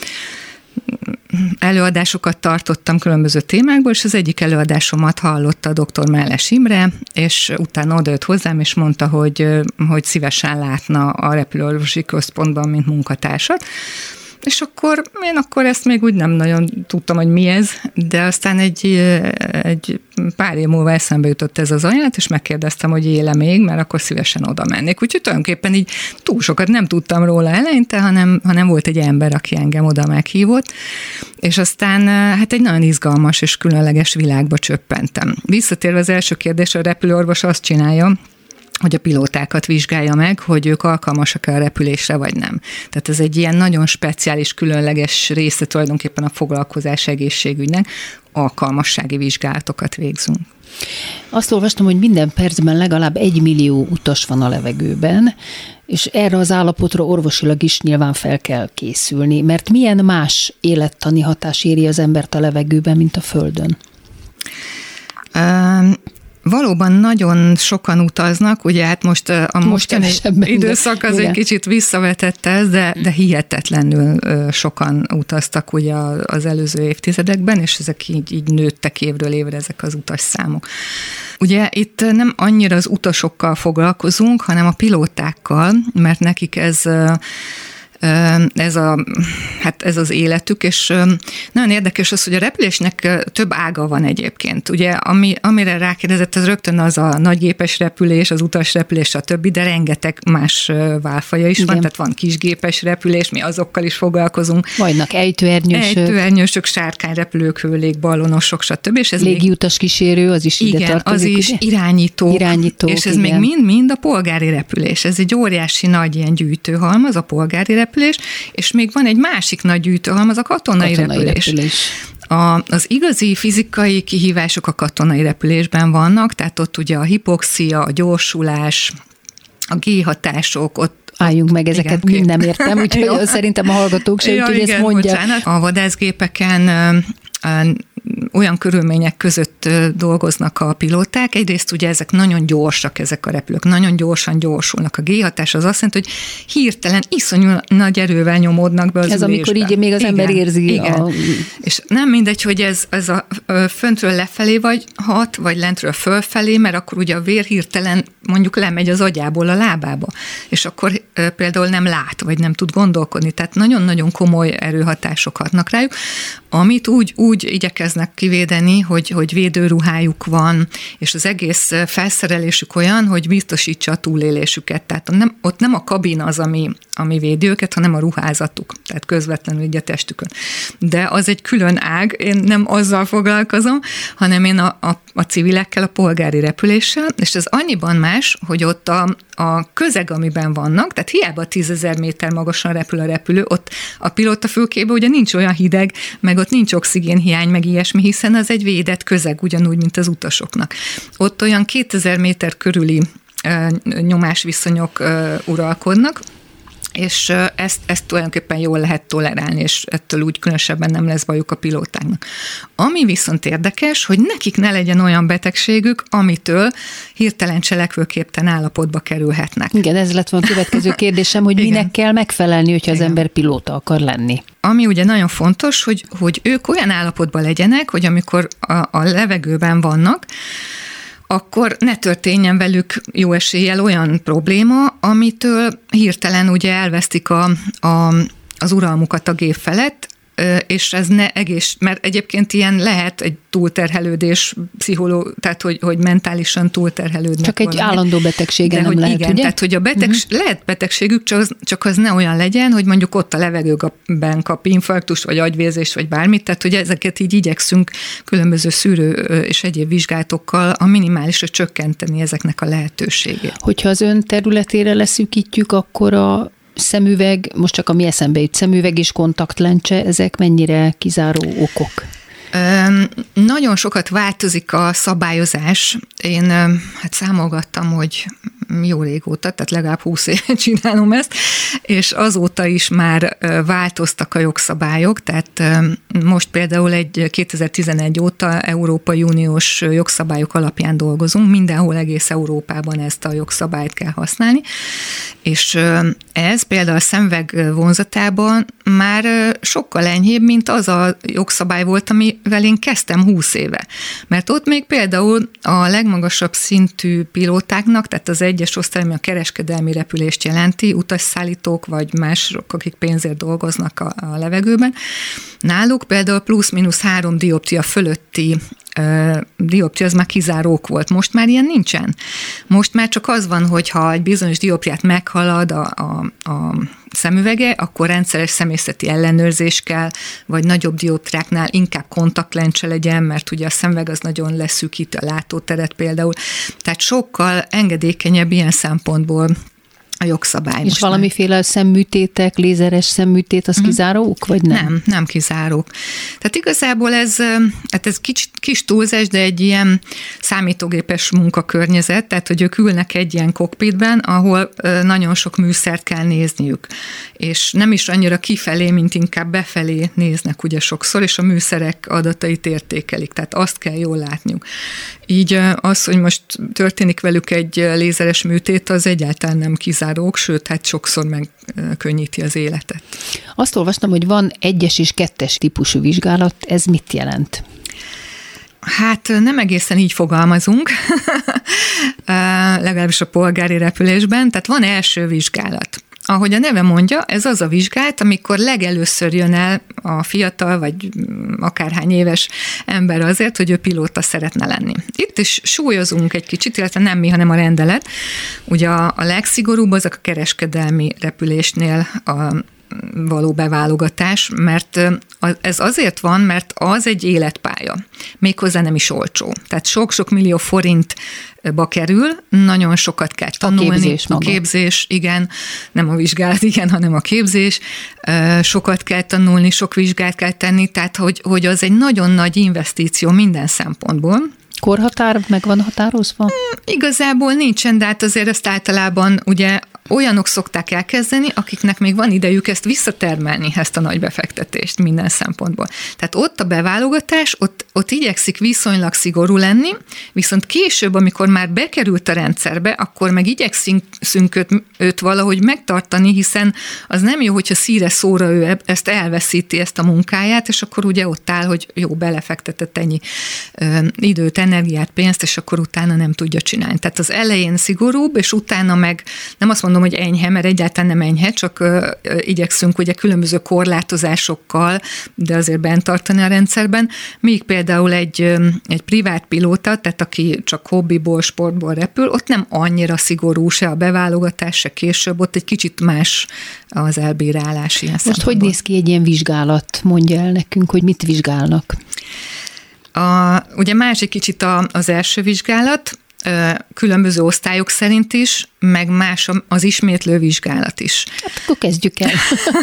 Speaker 6: előadásokat tartottam különböző témákból, és az egyik előadásomat hallotta dr. Mellés Imre, és utána odajött hozzám, és mondta, hogy, hogy szívesen látna a repülőorvosi központban, mint munkatársat. És akkor én akkor ezt még úgy nem nagyon tudtam, hogy mi ez, de aztán egy, egy pár év múlva eszembe jutott ez az ajánlat, és megkérdeztem, hogy éle még, mert akkor szívesen oda mennék. Úgyhogy tulajdonképpen így túl sokat nem tudtam róla eleinte, hanem, hanem volt egy ember, aki engem oda meghívott, és aztán hát egy nagyon izgalmas és különleges világba csöppentem. Visszatérve az első kérdésre, a repülőorvos azt csinálja, hogy a pilótákat vizsgálja meg, hogy ők alkalmasak-e a repülésre, vagy nem. Tehát ez egy ilyen nagyon speciális, különleges része tulajdonképpen a foglalkozás egészségügynek, alkalmassági vizsgálatokat végzünk.
Speaker 2: Azt olvastam, hogy minden percben legalább egy millió utas van a levegőben, és erre az állapotra orvosilag is nyilván fel kell készülni, mert milyen más élettani hatás éri az embert a levegőben, mint a Földön?
Speaker 6: Um, Valóban nagyon sokan utaznak, ugye hát most a mostani időszak az egy kicsit visszavetett ez, de, de hihetetlenül sokan utaztak ugye az előző évtizedekben, és ezek így, így nőttek évről évre ezek az utasszámok. Ugye itt nem annyira az utasokkal foglalkozunk, hanem a pilótákkal, mert nekik ez... Ez, a, hát ez az életük, és nagyon érdekes az, hogy a repülésnek több ága van egyébként. Ugye, ami, amire rákérdezett, az rögtön az a nagygépes repülés, az utasrepülés, stb., de rengeteg más válfaja is. Igen. Van, tehát van kisgépes repülés, mi azokkal is foglalkozunk.
Speaker 2: Vannak ejtőernyősök.
Speaker 6: Ejtőernyősök, sárkányrepülők, hőlékballonosok, stb. És ez
Speaker 2: légiutas kísérő, az is ide
Speaker 6: igen,
Speaker 2: tartozik.
Speaker 6: Igen, az is irányító.
Speaker 2: Irányítók,
Speaker 6: és ez
Speaker 2: igen.
Speaker 6: még mind-mind a polgári repülés. Ez egy óriási nagy ilyen gyűjtőhalmaz, a polgári repülés, és még van egy másik nagy gyűjtőhalmaz, a katonai, katonai repülés. repülés. A, az igazi fizikai kihívások a katonai repülésben vannak, tehát ott ugye a hipoxia, a gyorsulás, a G-hatások, ott
Speaker 2: álljunk meg, ezeket mind nem értem, úgyhogy szerintem a hallgatók sem,
Speaker 6: ja,
Speaker 2: hogy
Speaker 6: igen,
Speaker 2: ezt mondja.
Speaker 6: Bocsánat. A vadászgépeken olyan körülmények között dolgoznak a pilóták. Egyrészt ugye ezek nagyon gyorsak, ezek a repülők, nagyon gyorsan gyorsulnak. A G-hatás az azt jelenti, hogy hirtelen iszonyú nagy erővel nyomódnak be az
Speaker 2: Ez
Speaker 6: ülésbe.
Speaker 2: amikor így még az igen, ember érzi.
Speaker 6: Igen.
Speaker 2: A...
Speaker 6: És nem mindegy, hogy ez, ez a föntről lefelé vagy hat, vagy lentről fölfelé, mert akkor ugye a vér hirtelen mondjuk lemegy az agyából a lábába, és akkor például nem lát, vagy nem tud gondolkodni. Tehát nagyon-nagyon komoly erőhatások hatnak rájuk, amit úgy, úgy igyekeznek kivédeni, hogy, hogy védőruhájuk van, és az egész felszerelésük olyan, hogy biztosítsa a túlélésüket. Tehát nem, ott nem a kabin az, ami, ami védi őket, hanem a ruházatuk, tehát közvetlenül így a testükön. De az egy külön ág, én nem azzal foglalkozom, hanem én a, a, a civilekkel, a polgári repüléssel, és ez annyiban más, hogy ott a, a közeg, amiben vannak, tehát hiába tízezer méter magasan repül a repülő, ott a pilóta fülkében ugye nincs olyan hideg, meg ott nincs oxigénhiány, meg ilyesmi, hiszen az egy védett közeg, ugyanúgy, mint az utasoknak. Ott olyan kétezer méter körüli nyomásviszonyok uralkodnak, és ezt, ezt tulajdonképpen jól lehet tolerálni, és ettől úgy különösebben nem lesz bajuk a pilótáknak. Ami viszont érdekes, hogy nekik ne legyen olyan betegségük, amitől hirtelen cselekvőképtelen állapotba kerülhetnek.
Speaker 2: Igen, ez lett volna a következő kérdésem, hogy minek kell megfelelni, hogyha az
Speaker 6: Igen.
Speaker 2: ember pilóta akar lenni.
Speaker 6: Ami ugye nagyon fontos, hogy, hogy ők olyan állapotban legyenek, hogy amikor a, a levegőben vannak, akkor ne történjen velük jó eséllyel olyan probléma, amitől hirtelen ugye elvesztik a, a, az uralmukat a gép felett, és ez ne egész, mert egyébként ilyen lehet egy túlterhelődés, pszicholó, tehát hogy, hogy mentálisan túlterhelődnek.
Speaker 2: Csak egy valami állandó betegsége nem
Speaker 6: hogy
Speaker 2: lehet,
Speaker 6: igen,
Speaker 2: ugye?
Speaker 6: Tehát, hogy a beteg, uh-huh. lehet betegségük, csak az, csak az ne olyan legyen, hogy mondjuk ott a levegőben kap infarktust, vagy agyvérzést, vagy bármit, tehát hogy ezeket így igyekszünk különböző szűrő és egyéb vizsgálatokkal a minimálisra csökkenteni ezeknek a lehetőségét.
Speaker 2: Hogyha az ön területére leszűkítjük, akkor a szemüveg, most csak a mi eszembe jut, szemüveg és kontaktlencse, ezek mennyire kizáró okok?
Speaker 6: Öm, nagyon sokat változik a szabályozás. Én hát számolgattam, hogy jó régóta, tehát legalább húsz éve csinálom ezt, és azóta is már változtak a jogszabályok, tehát most például egy kétezer-tizenegy óta Európai Uniós jogszabályok alapján dolgozunk, mindenhol egész Európában ezt a jogszabályt kell használni, és ez például a szemüveg vonzatában már sokkal enyhébb, mint az a jogszabály volt, amivel én kezdtem húsz éve. Mert ott még például a legmagasabb szintű pilótáknak, tehát az egyes osztály, ami a kereskedelmi repülést jelenti, utasszállítók vagy mások, akik pénzért dolgoznak a, a levegőben, náluk például plusz-minusz három dioptria fölötti Uh, dioptria, az már kizárók volt. Most már ilyen nincsen. Most már csak az van, hogy ha egy bizonyos dioptriát meghalad a, a, a szemüvege, akkor rendszeres személyzeti ellenőrzés kell, vagy nagyobb dioptriáknál inkább kontaktlencse legyen, mert ugye a szemüveg az nagyon leszűkíti a látóteret például. Tehát sokkal engedékenyebb ilyen szempontból a jogszabály.
Speaker 2: És valamiféle már. Szemműtétek, lézeres szemműtét, az uh-huh. kizárók, vagy nem?
Speaker 6: Nem, nem kizárók. Tehát igazából ez, hát ez kis, kis túlzás, de egy ilyen számítógépes munkakörnyezet, tehát hogy ők ülnek egy ilyen kokpitben, ahol nagyon sok műszert kell nézniük. És nem is annyira kifelé, mint inkább befelé néznek ugye sokszor, és a műszerek adatait értékelik, tehát azt kell jól látniuk. Így az, hogy most történik velük egy lézeres műtét, az egyáltalán nem kizárók, sőt, hát sokszor megkönnyíti az életet.
Speaker 2: Azt olvastam, hogy van egyes és kettes típusú vizsgálat, ez mit jelent?
Speaker 6: Hát nem egészen így fogalmazunk, legalábbis a polgári repülésben, tehát van első vizsgálat. Ahogy a neve mondja, ez az a vizsgálat, amikor legelőször jön el a fiatal, vagy akárhány éves ember azért, hogy ő pilóta szeretne lenni. Itt is súlyozunk egy kicsit, illetve nem mi, hanem a rendelet. Ugye a, a legszigorúbb az a kereskedelmi repülésnél a való beválogatás, mert ez azért van, mert az egy életpálya. Méghozzá nem is olcsó. Tehát sok-sok millió forintba kerül, nagyon sokat kell tanulni.
Speaker 2: A képzés
Speaker 6: A képzés, igen, nem a vizsgálat, igen, hanem a képzés. Sokat kell tanulni, sok vizsgát kell tenni, tehát hogy, hogy az egy nagyon nagy investíció minden szempontból.
Speaker 2: Korhatár meg van határozva?
Speaker 6: Igazából nincsen, de hát azért ezt általában ugye olyanok szokták elkezdeni, akiknek még van idejük ezt visszatermelni, ezt a nagy befektetést minden szempontból. Tehát ott a beválogatás, ott, ott igyekszik viszonylag szigorú lenni, viszont később, amikor már bekerült a rendszerbe, akkor meg igyekszünk őt, őt valahogy megtartani, hiszen az nem jó, hogyha szíre szóra ő ezt elveszíti, ezt a munkáját, és akkor ugye ott áll, hogy jó, belefektetett ennyi ö, időt, energiát, pénzt, és akkor utána nem tudja csinálni. Tehát az elején szigorúbb, és utána meg nem azt mondom, hogy enyhe, mert egyáltalán nem enyhe, csak ö, ö, igyekszünk ugye különböző korlátozásokkal, de azért bent tartani a rendszerben, míg például egy, ö, egy privát pilóta, tehát aki csak hobbiból, sportból repül, ott nem annyira szigorú se a beválogatás, se később, ott egy kicsit más az elbírálás ilyen
Speaker 2: Most hogy néz ki egy ilyen vizsgálat? Mondja el nekünk, hogy mit vizsgálnak?
Speaker 6: A, ugye más egy kicsit a, az első vizsgálat, különböző osztályok szerint is, meg más az ismétlő vizsgálat is.
Speaker 2: Hát akkor kezdjük el.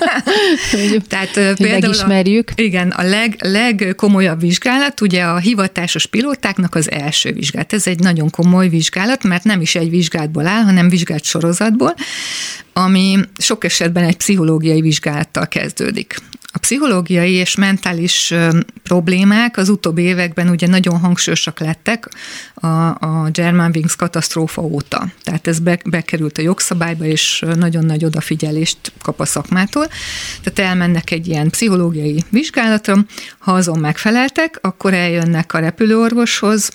Speaker 6: Tehát
Speaker 2: hogy
Speaker 6: például
Speaker 2: megismerjük.
Speaker 6: A, igen, a leg, legkomolyabb vizsgálat, ugye a hivatásos pilótáknak az első vizsgálat. Ez egy nagyon komoly vizsgálat, mert nem is egy vizsgálatból áll, hanem vizsgált sorozatból, ami sok esetben egy pszichológiai vizsgálattal kezdődik. A pszichológiai és mentális problémák az utóbbi években ugye nagyon hangsúlyosak lettek a, a Germanwings katasztrófa óta. Tehát ez be, bekerült a jogszabályba, és nagyon nagy odafigyelést kap a szakmától. Tehát elmennek egy ilyen pszichológiai vizsgálatra, ha azon megfeleltek, akkor eljönnek a repülőorvoshoz,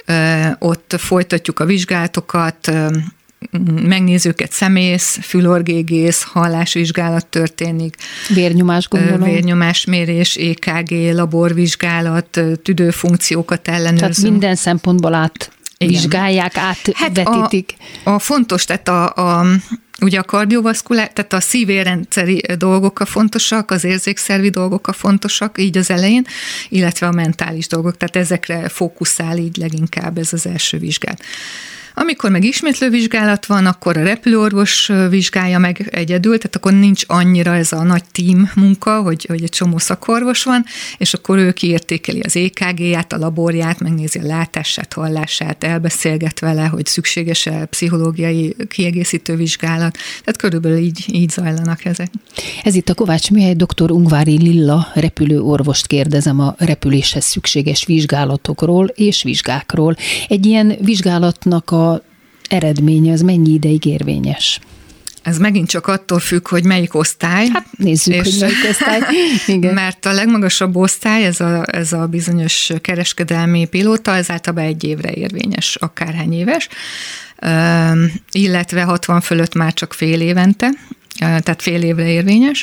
Speaker 6: ott folytatjuk a vizsgálatokat, megnézzük őket szemész, fülorgégész, hallásvizsgálat történik.
Speaker 2: Vérnyomás, gondolom.
Speaker 6: Vérnyomásmérés, é ká gé, laborvizsgálat, tüdőfunkciókat ellenőrzünk.
Speaker 2: Tehát minden szempontból át vizsgálják, átvetítik.
Speaker 6: Hát a, a fontos, tehát a, a ugye a kardiovaszkulár, tehát a szívérrendszeri dolgok a fontosak, az érzékszervi dolgok a fontosak, így az elején, illetve a mentális dolgok, tehát ezekre fókuszál így leginkább ez az első vizsgálat. Amikor meg ismétlő vizsgálat van, akkor a repülőorvos vizsgálja meg egyedül, tehát akkor nincs annyira ez a nagy tím munka, hogy, hogy egy csomó szakorvos van, és akkor ő kiértékeli az é ká géját, a laborját, megnézi a látását, hallását, elbeszélget vele, hogy szükséges-e pszichológiai kiegészítő vizsgálat. Tehát körülbelül így, így zajlanak ezek.
Speaker 2: Ez itt a Kovács Műhely, dr. Ungvári Lilla repülőorvost kérdezem a repüléshez szükséges vizsgálatokról és vizsgákról. Egy ilyen vizsgálatnak a eredménye az mennyi ideig érvényes?
Speaker 6: Ez megint csak attól függ, hogy melyik osztály.
Speaker 2: Hát nézzük, és, hogy melyik osztály. Igen.
Speaker 6: Mert a legmagasabb osztály, ez a, ez a bizonyos kereskedelmi pilóta, ez általában egy évre érvényes, akárhány éves, uh, illetve hatvan fölött már csak fél évente, uh, tehát fél évre érvényes.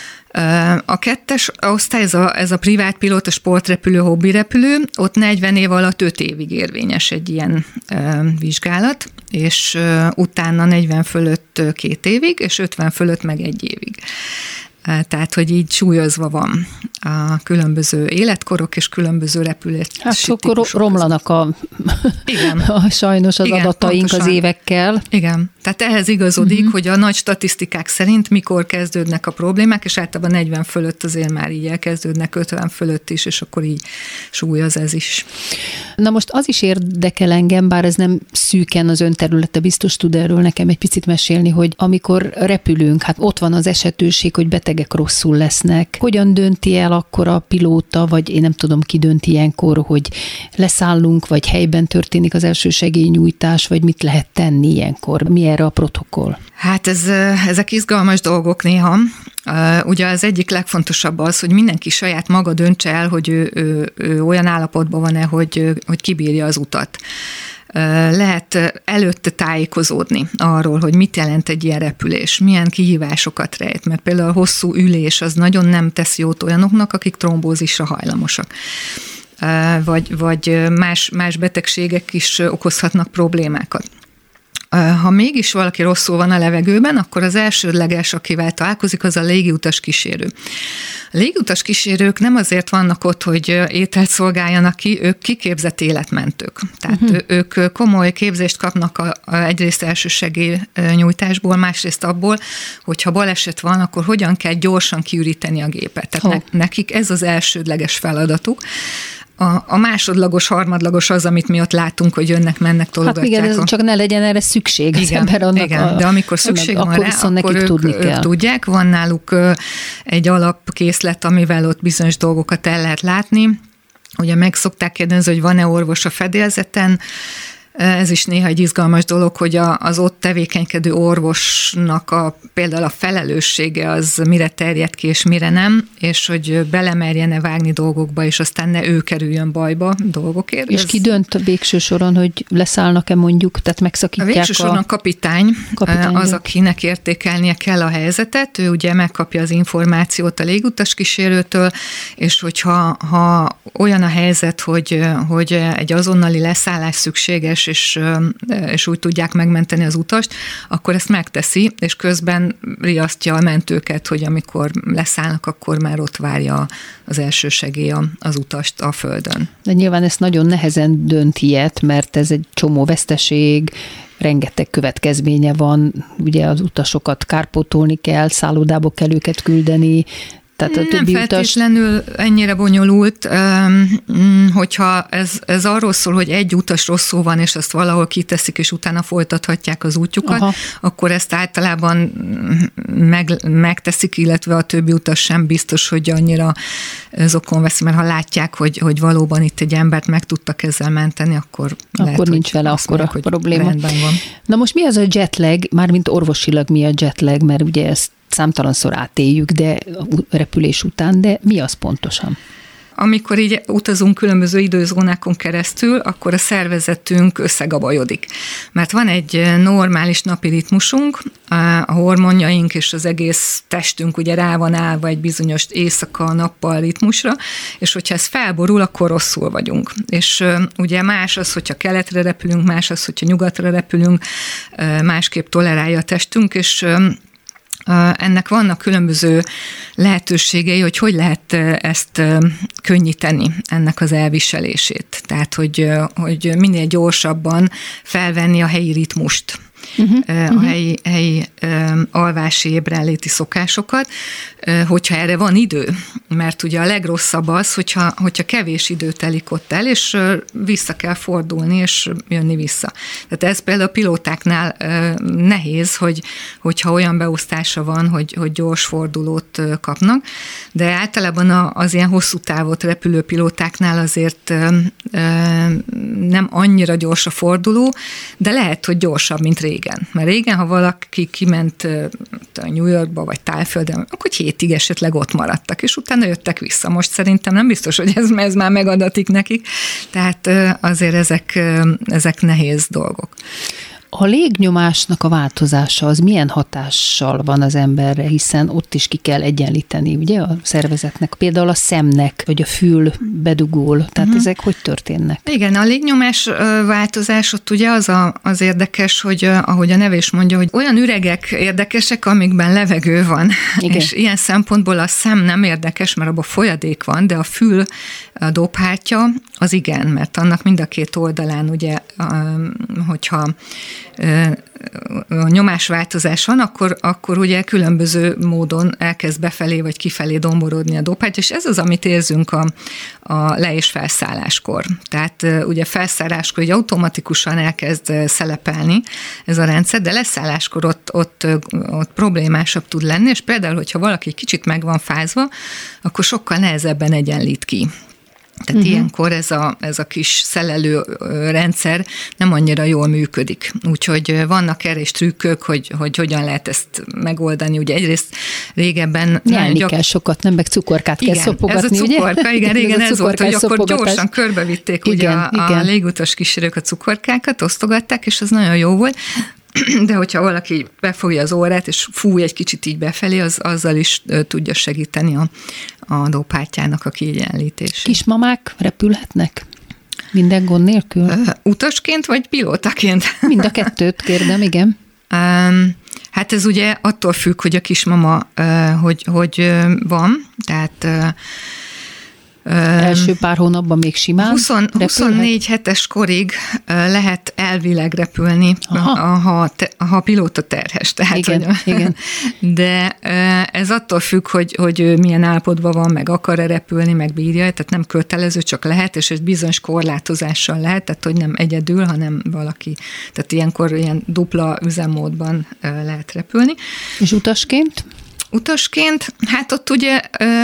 Speaker 6: A kettes osztály, ez a, ez a privát pilóta, sportrepülő, hobbirepülő, ott negyven év alatt öt évig érvényes egy ilyen e, vizsgálat, és e, utána negyven fölött két évig, és ötven fölött meg egy évig. E, tehát, hogy így súlyozva van a különböző életkorok és különböző repülési
Speaker 2: hát sokkal romlanak a, igen. a sajnos az igen, adataink pontosan. Az évekkel.
Speaker 6: Igen, tehát ehhez igazodik, uh-huh. hogy a nagy statisztikák szerint mikor kezdődnek a problémák, és általában negyven fölött azért már így elkezdődnek, ötven fölött is, és akkor így súlyoz ez is.
Speaker 2: Na most az is érdekel engem, bár ez nem szűken az ön területe, biztos tud erről nekem egy picit mesélni, hogy amikor repülünk, hát ott van az esetőség, hogy betegek rosszul lesznek. Hogyan dönti el akkor a pilóta, vagy én nem tudom, ki dönti ilyenkor, hogy leszállunk, vagy helyben történik az első segélynyújtás, vagy mit lehet tenni ilyenkor? Mi erre a protokoll?
Speaker 6: Hát ez, ezek izgalmas dolgok néha. Ugye az egyik legfontosabb az, hogy mindenki saját maga döntse el, hogy ő, ő, ő olyan állapotban van-e, hogy, hogy kibírja az utat. Lehet előtte tájékozódni arról, hogy mit jelent egy ilyen repülés, milyen kihívásokat rejt, mert például a hosszú ülés az nagyon nem tesz jót olyanoknak, akik trombózisra hajlamosak. Vagy, vagy más, más betegségek is okozhatnak problémákat. Ha mégis valaki rosszul van a levegőben, akkor az elsődleges, akivel találkozik, az a légiutas kísérő. A légiutas kísérők nem azért vannak ott, hogy ételt szolgáljanak ki, ők kiképzett életmentők. Tehát uh-huh. ők komoly képzést kapnak a, a egyrészt elsősegély nyújtásból, másrészt abból, hogyha baleset van, akkor hogyan kell gyorsan kiüríteni a gépet. Tehát oh. ne, nekik ez az elsődleges feladatuk. A, a másodlagos, harmadlagos az, amit mi ott látunk, hogy jönnek, mennek, tologatják.
Speaker 2: Hát igen, csak ne legyen erre szükség.
Speaker 6: Igen,
Speaker 2: annak
Speaker 6: igen
Speaker 2: a,
Speaker 6: de amikor szükség van
Speaker 2: akkor
Speaker 6: rá,
Speaker 2: viszont
Speaker 6: akkor
Speaker 2: nekik
Speaker 6: ők,
Speaker 2: tudni kell.
Speaker 6: ők tudják. Van náluk egy alapkészlet, amivel ott bizonyos dolgokat el lehet látni. Ugye meg szokták kérdezni, hogy van-e orvos a fedélzeten. Ez is néha egy izgalmas dolog, hogy a, az ott tevékenykedő orvosnak a, például a felelőssége az mire terjed ki, és mire nem, és hogy belemerjene vágni dolgokba, és aztán ne ő kerüljön bajba dolgokért.
Speaker 2: És
Speaker 6: Ez...
Speaker 2: ki dönt a végső soron, hogy leszállnak-e mondjuk, tehát megszakítják a...
Speaker 6: végső soron a kapitány, kapitány az, akinek értékelnie kell a helyzetet, ő ugye megkapja az információt a légutas kísérőtől, és hogyha ha olyan a helyzet, hogy, hogy egy azonnali leszállás szükséges, És, és úgy tudják megmenteni az utast, akkor ezt megteszi, és közben riasztja a mentőket, hogy amikor leszállnak, akkor már ott várja az első segély az utast a földön.
Speaker 2: De nyilván ezt nagyon nehezen dönt ilyet, mert ez egy csomó veszteség, rengeteg következménye van, ugye az utasokat kárpótolni kell, szállodába kell őket küldeni, tehát a
Speaker 6: nem
Speaker 2: többi
Speaker 6: feltétlenül utas... ennyire bonyolult, hogyha ez, ez arról szól, hogy egy utas rosszul van, és azt valahol kiteszik, és utána folytathatják az útjukat, Aha. akkor ezt általában meg, megteszik, illetve a többi utas sem biztos, hogy annyira zokon veszi, mert ha látják, hogy, hogy valóban itt egy embert meg tudtak ezzel menteni, akkor
Speaker 2: Akkor
Speaker 6: lehet,
Speaker 2: nincs vele akkora
Speaker 6: mondják,
Speaker 2: probléma.
Speaker 6: Van.
Speaker 2: Na most mi az a jetlag, mármint orvosilag mi a jetlag, mert ugye ezt számtalanszor átéljük, de repülés után, de mi az pontosan?
Speaker 6: Amikor így utazunk különböző időzónákon keresztül, akkor a szervezetünk összegabajodik. Mert van egy normális napi ritmusunk, a hormonjaink és az egész testünk ugye rá van állva egy bizonyos éjszaka-nappal ritmusra, és hogyha ez felborul, akkor rosszul vagyunk. És ugye más az, hogyha keletre repülünk, más az, hogyha nyugatra repülünk, másképp tolerálja a testünk, és ennek vannak különböző lehetőségei, hogy hogy lehet ezt könnyíteni, ennek az elviselését. Tehát, hogy, hogy minél gyorsabban felvenni a helyi ritmust. Uh-huh, a uh-huh. helyi, helyi um, alvási ébrenléti szokásokat, uh, hogyha erre van idő, mert ugye a legrosszabb az, hogyha, hogyha kevés idő telik ott el, és uh, vissza kell fordulni, és jönni vissza. Tehát ez például a pilótáknál uh, nehéz, hogy, hogyha olyan beosztása van, hogy, hogy gyors fordulót uh, kapnak, de általában a, az ilyen hosszú távot repülő pilótáknál azért uh, uh, nem annyira gyors a forduló, de lehet, hogy gyorsabb, mint régen. Régen. Mert régen, ha valaki kiment New Yorkba, vagy Tájföldön, akkor hétig esetleg ott maradtak, és utána jöttek vissza. Most szerintem nem biztos, hogy ez, ez már megadatik nekik, tehát azért ezek, ezek nehéz dolgok.
Speaker 2: A légnyomásnak a változása az milyen hatással van az emberre, hiszen ott is ki kell egyenlíteni, ugye, a szervezetnek, például a szemnek, vagy a fül bedugul, tehát uh-huh. ezek hogy történnek?
Speaker 6: Igen, a légnyomás változás ott ugye az a, az érdekes, hogy ahogy a neve is mondja, hogy olyan üregek érdekesek, amikben levegő van, igen. És ilyen szempontból a szem nem érdekes, mert abban folyadék van, de a fül a dobhártya az igen, mert annak mind a két oldalán ugye, hogyha a nyomásváltozás van, akkor, akkor ugye különböző módon elkezd befelé vagy kifelé domborodni a dobhártya, és ez az, amit érzünk a, a le- és felszálláskor. Tehát ugye felszálláskor ugye automatikusan elkezd szelepelni ez a rendszer, de leszálláskor ott, ott, ott problémásabb tud lenni, és például, hogyha valaki kicsit meg van fázva, akkor sokkal nehezebben egyenlít ki. Tehát uh-huh. ilyenkor ez a, ez a kis szellelő rendszer nem annyira jól működik. Úgyhogy vannak erre is trükkök, hogy, hogy hogyan lehet ezt megoldani. Ugye egyrészt régebben...
Speaker 2: Nyelni gyak... kell sokat, nem meg cukorkát
Speaker 6: igen,
Speaker 2: kell szopogatni,
Speaker 6: ez a cukorka,
Speaker 2: ugye?
Speaker 6: Igen, régen ez, ez volt, hogy akkor gyorsan
Speaker 2: körbe
Speaker 6: körbevitték ugye a, a légutas kísérők a cukorkákat, osztogatták, és az nagyon jó volt. De hogyha valaki befogja az órát, és fúj egy kicsit így befelé, az azzal is tudja segíteni a, a dobhártyának a kiegyenlítését.
Speaker 2: Kismamák repülhetnek? Minden gond nélkül?
Speaker 6: Utasként, vagy pilótaként?
Speaker 2: Mind a kettőt kérdem, igen.
Speaker 6: Um, hát ez ugye attól függ, hogy a kismama uh, hogy, hogy uh, van, tehát... Uh,
Speaker 2: Első pár hónapban még simán
Speaker 6: húsz, huszonnégy hetes korig lehet elvileg repülni, ha, ha a pilóta terhes. Tehát,
Speaker 2: igen,
Speaker 6: hogy,
Speaker 2: igen.
Speaker 6: De ez attól függ, hogy, hogy milyen állapotban van, meg akar-e repülni, meg bírja, tehát nem kötelező, csak lehet, és egy bizonyos korlátozással lehet, tehát hogy nem egyedül, hanem valaki, tehát ilyenkor ilyen dupla üzemmódban lehet repülni.
Speaker 2: És utasként?
Speaker 6: Utasként, hát ott ugye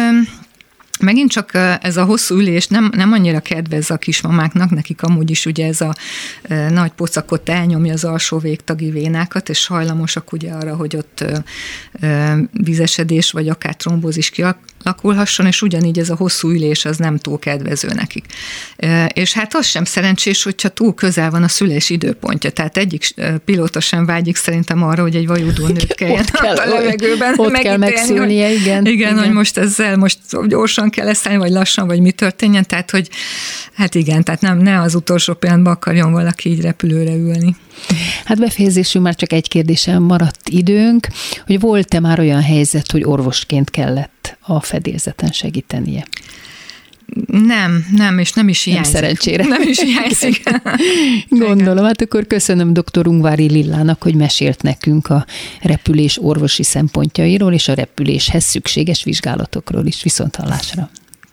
Speaker 6: megint csak ez a hosszú ülés nem, nem annyira kedvez a kismamáknak, nekik amúgy is ugye ez a e, nagy pocakot elnyomja az alsó végtagi vénákat, és hajlamosak ugye arra, hogy ott e, vízesedés vagy akár trombózis kialakulhasson, és ugyanígy ez a hosszú ülés az nem túl kedvező nekik. E, és hát az sem szerencsés, hogyha túl közel van a szülés időpontja, tehát egyik pilóta sem vágyik szerintem arra, hogy egy vajúdó nőt kelljen
Speaker 2: kell,
Speaker 6: a levegőben
Speaker 2: ott kell megszülnie,
Speaker 6: hogy,
Speaker 2: igen,
Speaker 6: igen. Igen,
Speaker 2: igen,
Speaker 6: hogy most ezzel most gyorsan kell leszállni, vagy lassan, vagy mi történjen, tehát, hogy hát igen, tehát nem, ne az utolsó pillanatban akarjon valaki így repülőre ülni.
Speaker 2: Hát befejezésül már csak egy kérdésem maradt időnk, hogy volt-e már olyan helyzet, hogy orvosként kellett a fedélzeten segítenie?
Speaker 6: Nem, nem, és nem is hiányzik.
Speaker 2: Nem szerencsére.
Speaker 6: Nem is hiányzik.
Speaker 2: Gondolom, hát akkor köszönöm dr. Ungvári Lillának, hogy mesélt nekünk a repülés orvosi szempontjairól, és a repüléshez szükséges vizsgálatokról is. Viszonthallásra.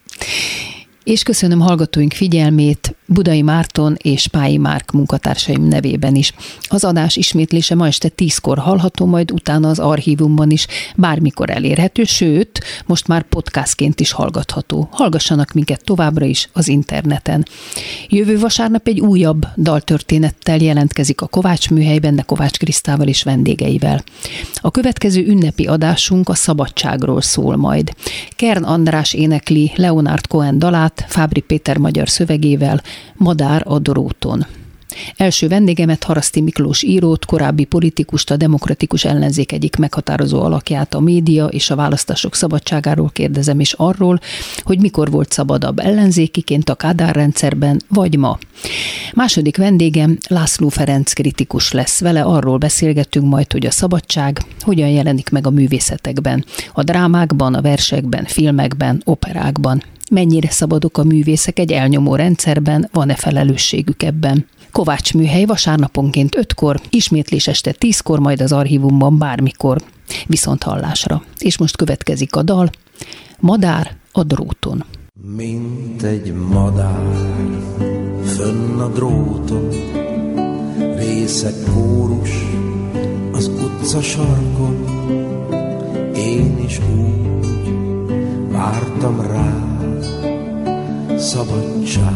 Speaker 2: És köszönöm hallgatóink figyelmét Budai Márton és Pályi Márk munkatársaim nevében is. Az adás ismétlése ma este tízkor hallható, majd utána az archívumban is bármikor elérhető, sőt, most már podcastként is hallgatható. Hallgassanak minket továbbra is az interneten. Jövő vasárnap egy újabb daltörténettel jelentkezik a Kovács műhelyben, de Kovács Krisztával és vendégeivel. A következő ünnepi adásunk a szabadságról szól majd. Kern András énekli Leonard Cohen dalát, Fábri Péter magyar szövegével, Madár a dróton. Első vendégemet, Haraszti Miklós írót, korábbi politikust, a demokratikus ellenzék egyik meghatározó alakját, a média és a választások szabadságáról kérdezem, és arról, hogy mikor volt szabadabb ellenzékiként a Kádár rendszerben, vagy ma. Második vendégem László Ferenc kritikus lesz. Vele arról beszélgetünk majd, hogy a szabadság hogyan jelenik meg a művészetekben, a drámákban, a versekben, filmekben, operákban. Mennyire szabadok a művészek egy elnyomó rendszerben, van-e felelősségük ebben? Kovács műhely vasárnaponként ötkor, ismétlés este tízkor, majd az archívumban bármikor. Viszont hallásra. És most következik a dal, Madár a dróton.
Speaker 7: Mint egy madár fönn a dróton, részeg kórus az utca sarkon, én is úgy vártam rá, szabadság.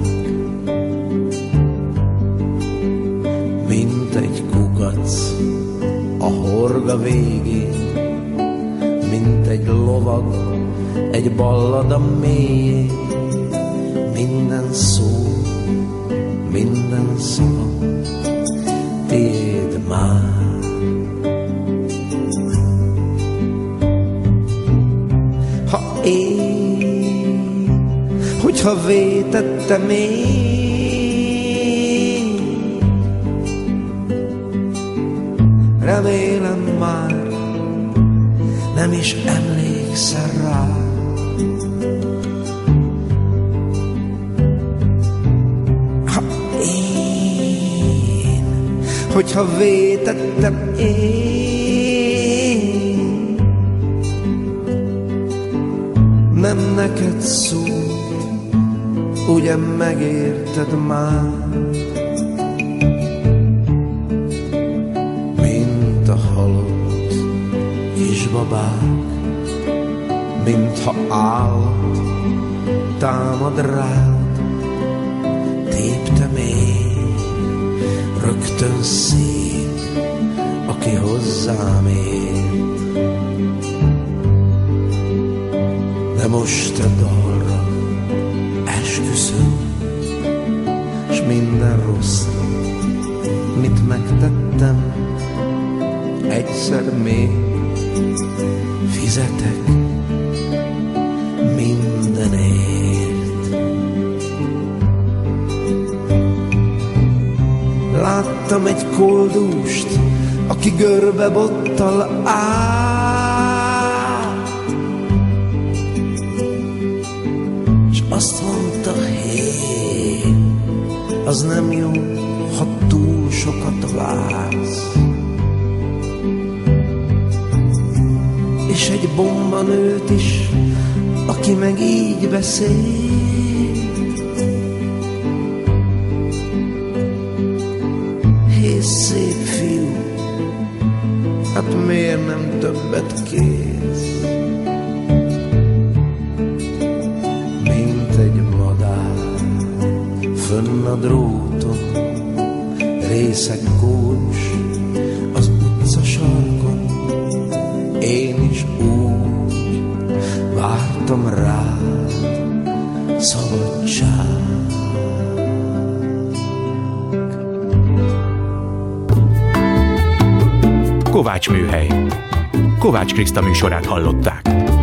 Speaker 7: Mint egy kukac a horga végén, mint egy lovag egy ballada mélyén, minden szó, minden szava tiéd már. Ha én, hogyha vétettem én, remélem már nem is emlékszel rá. Ha én, hogyha vétettem én, nem neked szólt, ugye megérted már. Mint a halott kisbabák, mintha állat támad rád, téptem én rögtön szét, aki hozzám ért. De most a dalra esküszöm, s minden rosszra, mit megtettem, egyszer még fizetek mindenért. Láttam egy koldust, aki görbe bottal áll, s azt mondta, hé, az nem jó, ha túl sokat vársz. És egy bombanőt is, aki meg így beszél. Hé, szép fiú, hát miért nem többet kérsz? Mint egy madár fönn a dróton, részeg kócs az utca sarkon. Én is úgy vártam rád, szabadság.
Speaker 1: Kovács Műhely. Kovács Kriszta műsorát hallották.